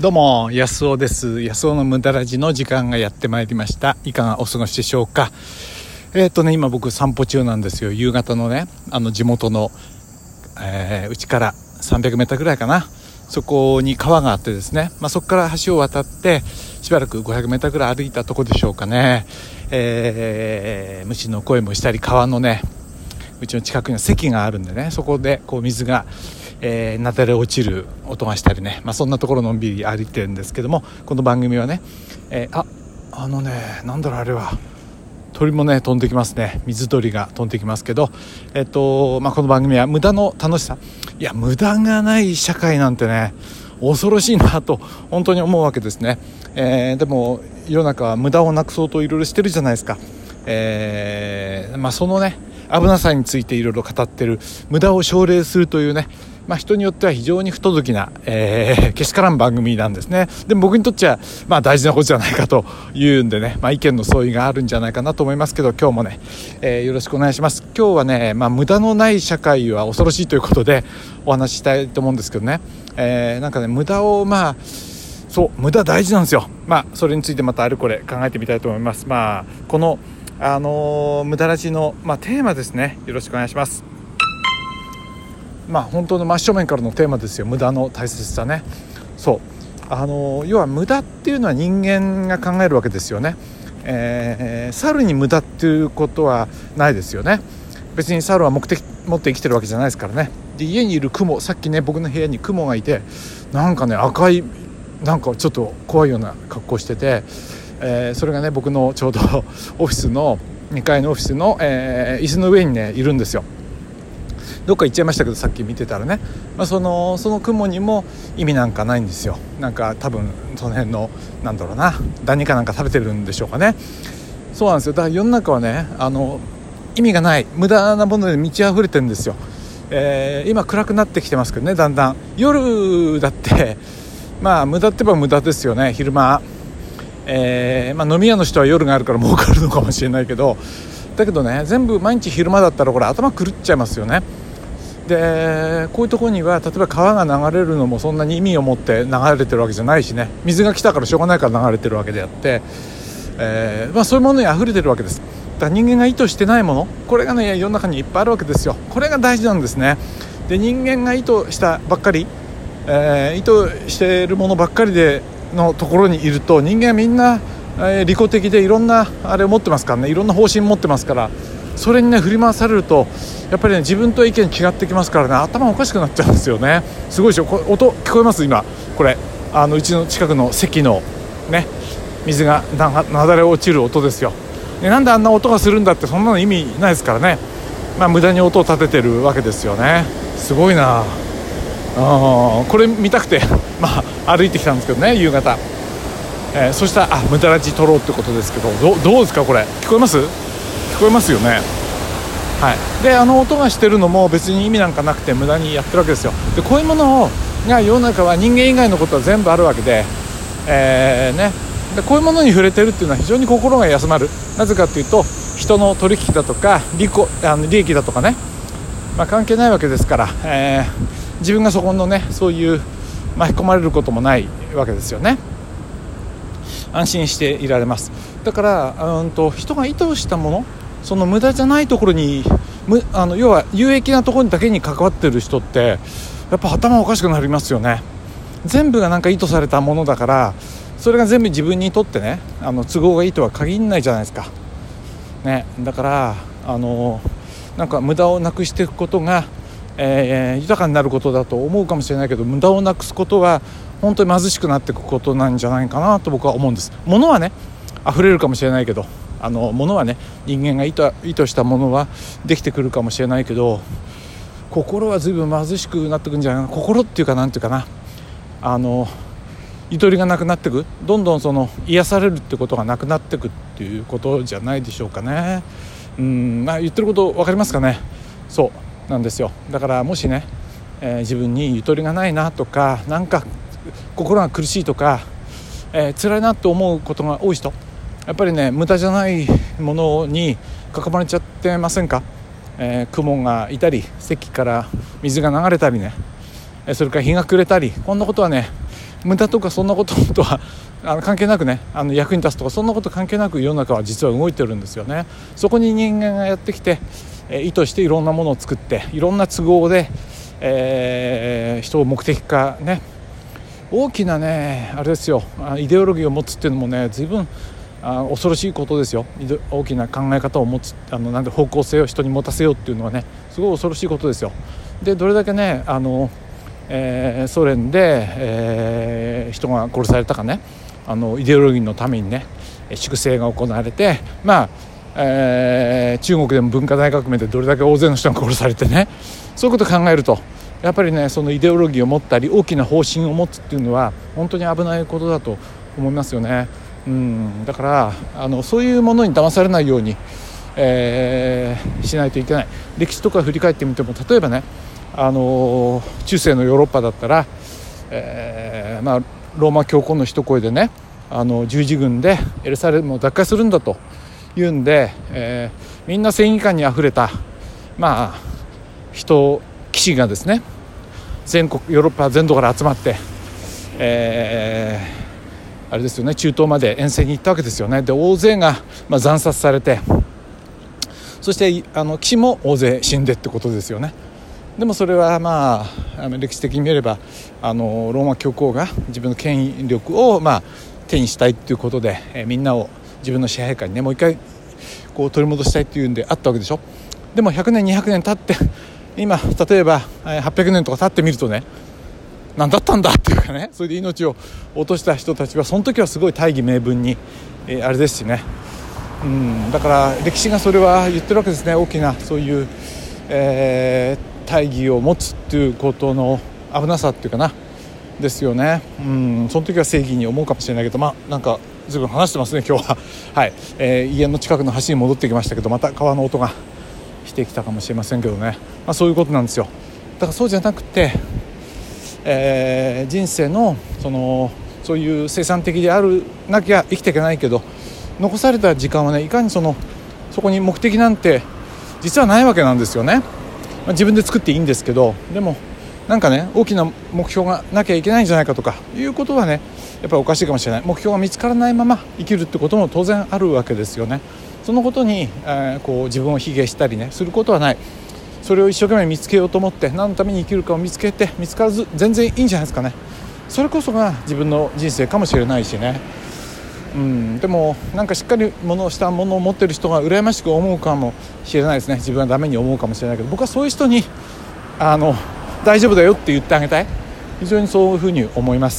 どうも安尾です。安尾の無駄ラジの時間がやってまいりました。いかがお過ごしでしょうか。今僕散歩中なんですよ。夕方のね地元のうちから300メーターぐらいかな、そこに川があってですね、そこから橋を渡ってしばらく500メーターぐらい歩いたとこでしょうかね。虫の声もしたり、川のねうちの近くに堰があるんでね、そこでこう水がなだれ落ちる音がしたりね、そんなところのんびり歩いてるんですけども、この番組はね、なんだろう、あれは鳥もね飛んできますね。水鳥が飛んできますけど、この番組は無駄の楽しさ、無駄がない社会なんてね恐ろしいなと本当に思うわけですね。でも世の中は無駄をなくそうといろいろしてるじゃないですか。そのね危なさについていろいろ語ってる、無駄を奨励するというね、人によっては非常に不届きな、けしからん番組なんですね。でも僕にとっちゃ大事なことじゃないかというんでね、意見の相違があるんじゃないかなと思いますけど、今日もね、よろしくお願いします。今日はね、無駄のない社会は恐ろしいということでお話ししたいと思うんですけどね、無駄を無駄大事なんですよ。それについてまたあれこれ考えてみたいと思います。この無駄ラジの、テーマですね。よろしくお願いします。本当の真正面からのテーマですよ。無駄の大切さね。要は無駄っていうのは人間が考えるわけですよね。猿に無駄っていうことはないですよね。別に猿は目的持って生きてるわけじゃないですからね。で、家にいる雲、さっきね僕の部屋に雲がいて、赤いちょっと怖いような格好してて、それがね僕のちょうどオフィスの2階のオフィスの、椅子の上にねいるんですよ。どっか行っちゃいましたけど、さっき見てたらね、その雲にも意味なんかないんですよ。多分その辺のダニかなんか食べてるんでしょうかね。そうなんですよ。だから世の中はね意味がない無駄なもので満ち溢れてるんですよ。今暗くなってきてますけどね、だんだん夜だって無駄って言えば無駄ですよね。昼間飲み屋の人は夜があるから儲かるのかもしれないけど、だけどね全部毎日昼間だったらこれ頭狂っちゃいますよね。でこういうところには例えば川が流れるのもそんなに意味を持って流れてるわけじゃないしね、水が来たからしょうがないから流れてるわけであって、そういうものに溢れてるわけです。だから人間が意図してないもの、これがね世の中にいっぱいあるわけですよ。これが大事なんですね。で人間が意図したばっかり、意図しているものばっかりでのところにいると、人間はみんな、利己的でいろんなあれを持ってますからね、いろんな方針持ってますから、それにね振り回されるとやっぱりね自分と意見違ってきますからね、頭おかしくなっちゃうんですよね。すごいでしょ。音聞こえます？今これうちの近くの堰のね水がなだれ落ちる音ですよ。でなんであんな音がするんだって、そんなの意味ないですからね。無駄に音を立ててるわけですよね。すごいな。これ見たくて歩いてきたんですけどね、夕方。そしたら無駄ラジ撮ろうってことですけど、どうですかこれ。聞こえます？聞こえますよね。で音がしてるのも別に意味なんかなくて無駄にやってるわけですよ。でこういうものが世の中は人間以外のことは全部あるわけで、でこういうものに触れてるっていうのは非常に心が休まる。なぜかというと人の取引だとか利益だとかね、関係ないわけですから、自分がそこのねそういう巻き込まれることもないわけですよね。安心していられます。だから人が意図したもの、その無駄じゃないところに要は有益なところにだけに関わってる人ってやっぱ頭おかしくなりますよね。全部が意図されたものだから、それが全部自分にとってね都合がいいとは限らないじゃないですかね。だから無駄をなくしていくことが、豊かになることだと思うかもしれないけど、無駄をなくすことは本当に貧しくなっていくことなんじゃないかなと僕は思うんです。物はね溢れるかもしれないけど、物はね人間が意図したものはできてくるかもしれないけど、心は随分貧しくなってくるんじゃないかな。心っていうかゆとりがなくなっていく、どんどん癒されるってことがなくなっていくっていうことじゃないでしょうかね。言ってること分かりますかね。そうなんですよ。だからもしね、自分にゆとりがないなとか、心が苦しいとか、辛いなと思うことが多い人、やっぱりね無駄じゃないものに囲まれちゃってませんか。雲がいたり堰から水が流れたりね、それから日が暮れたり、こんなことはね無駄とかそんなこととは関係なくね、役に立つとかそんなこと関係なく世の中は実は動いてるんですよね。そこに人間がやってきて、意図していろんなものを作っていろんな都合で、人を目的化ね、大きなねあれですよ、イデオロギーを持つっていうのもね随分恐ろしいことですよ。大きな考え方を持つなんで方向性を人に持たせようっていうのはねすごい恐ろしいことですよ。でどれだけねソ連で、人が殺されたかね、イデオロギーのためにね粛清が行われて、中国でも文化大革命でどれだけ大勢の人が殺されてね、そういうことを考えるとやっぱりねそのイデオロギーを持ったり大きな方針を持つっていうのは本当に危ないことだと思いますよね。だからそういうものに騙されないように、しないといけない。歴史とか振り返ってみても例えばね中世のヨーロッパだったら、ローマ教皇の一声でね十字軍でエルサレムを奪回するんだというんで、みんな正義感にあふれた騎士がですね全国ヨーロッパ全土から集まって、あれですよね、中東まで遠征に行ったわけですよね。で大勢が、惨殺されて、そして騎士も大勢死んでってことですよね。でもそれは歴史的に見ればローマ教皇が自分の権力を手にしたいっていうことで、みんなを自分の支配下にねもう一回こう取り戻したいっていうんであったわけでしょ。でも100年200年経って今例えば800年とか経ってみるとね何だったんだっていうかね、それで命を落とした人たちはその時はすごい大義名分に、あれですしね、だから歴史がそれは言ってるわけですね。大きなそういう、大義を持つっていうことの危なさっていうかなですよね。その時は正義に思うかもしれないけどなんかずいぶん話してますね今日ははい、家の近くの橋に戻ってきましたけどまた川の音がしてきたかもしれませんけどね、そういうことなんですよ。だからそうじゃなくて、人生のそういう生産的であるなきゃ生きていけないけど残された時間はねいかにそこに目的なんて実はないわけなんですよね。自分で作っていいんですけど、でもなんかね大きな目標がなきゃいけないんじゃないかとかいうことはねやっぱりおかしいかもしれない。目標が見つからないまま生きるってことも当然あるわけですよね。そのことに、こう自分を卑下したりねすることはない。それを一生懸命見つけようと思って何のために生きるかを見つけて見つからず全然いいんじゃないですかね。それこそが自分の人生かもしれないしね。でもなんかしっかりしたものを持ってる人が羨ましく思うかもしれないですね。自分はダメに思うかもしれないけど僕はそういう人に大丈夫だよって言ってあげたい。非常にそういうふうに思います。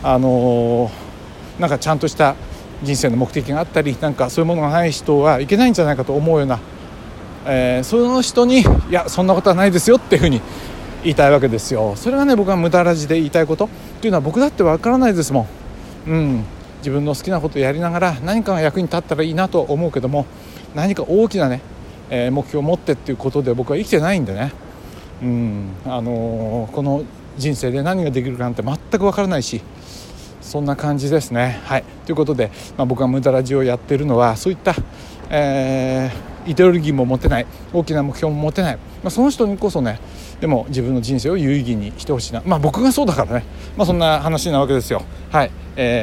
なんかちゃんとした人生の目的があったりなんかそういうものがない人はいけないんじゃないかと思うような、その人にいやそんなことはないですよっていうふうに言いたいわけですよ。それがね僕は無駄ラジで言いたいことっていうのは僕だってわからないですもん。自分の好きなことをやりながら何かが役に立ったらいいなと思うけども何か大きなね、目標を持ってっていうことで僕は生きてないんでね、この人生で何ができるかなんて全く分からないしそんな感じですね。はい、ということで、僕が無駄ラジオをやってるのはそういった、イデオロギーも持てない大きな目標も持てない、その人にこそねでも自分の人生を有意義にしてほしいな、僕がそうだからね、そんな話なわけですよ。はい、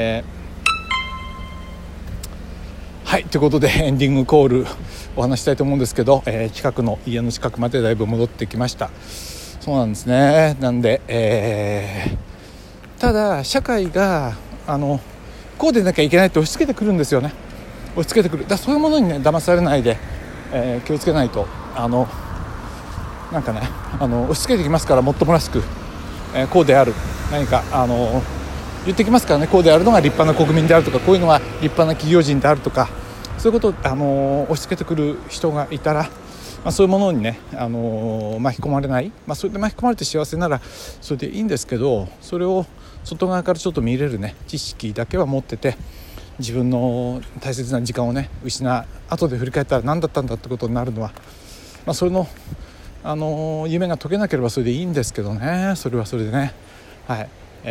はい、ということでエンディングコールお話したいと思うんですけど、家の近くまでだいぶ戻ってきました。そうなんですね。なんで、ただ社会がこうでなきゃいけないって押し付けてくるんですよね。押し付けてくる。だそういうものにね騙されないで、気をつけないとなんかね押し付けてきますからもっともらしく、こうである何か言ってきますからね。こうであるのが立派な国民であるとかこういうのが立派な企業人であるとかそういうことを押し付けてくる人がいたら、そういうものにね、巻き込まれない、それで巻き込まれて幸せならそれでいいんですけどそれを外側からちょっと見れるね知識だけは持ってて自分の大切な時間をね後で振り返ったら何だったんだってことになるのは、それの、夢が解けなければそれでいいんですけどね。それはそれでね、はい、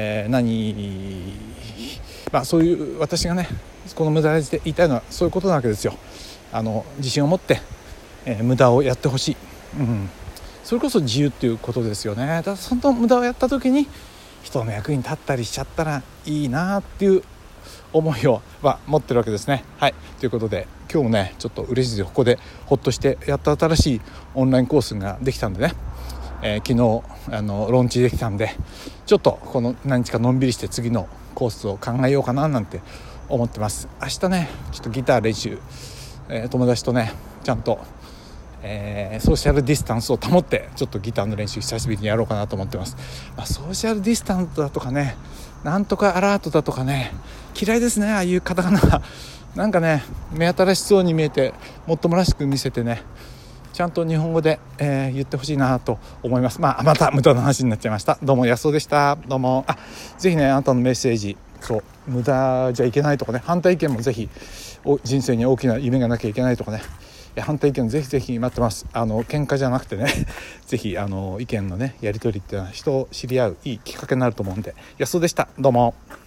そういう私がねこの無駄で言いたいのはそういうことなわけですよ。自信を持って、無駄をやってほしい、それこそ自由っていうことですよね。だからその無駄をやった時に人の役に立ったりしちゃったらいいなっていう思いを持ってるわけですね。はい、ということで今日もねちょっと嬉しいですよ。ここでほっとしてやっと新しいオンラインコースができたんでね、昨日ローンチできたんで、ちょっとこの何日かのんびりして次のコースを考えようかななんて思ってます。明日ねちょっとギター練習、友達とねちゃんと、ソーシャルディスタンスを保ってちょっとギターの練習久しぶりにやろうかなと思ってます。ソーシャルディスタンスだとかね、なんとかアラートだとかね、嫌いですね、ああいうカタカナがなんかね目新しそうに見えてもっともらしく見せてね、ちゃんと日本語で、言ってほしいなと思います。また無駄な話になっちゃいました。どうも安尾でした。どうも。ぜひねあなたのメッセージ、そう無駄じゃいけないとかね、反対意見もぜひ、人生に大きな夢がなきゃいけないとかね、反対意見ぜひぜひ待ってます。喧嘩じゃなくてねぜひ意見のねやり取りっていうのは人を知り合ういいきっかけになると思うんで。安尾でした。どうも。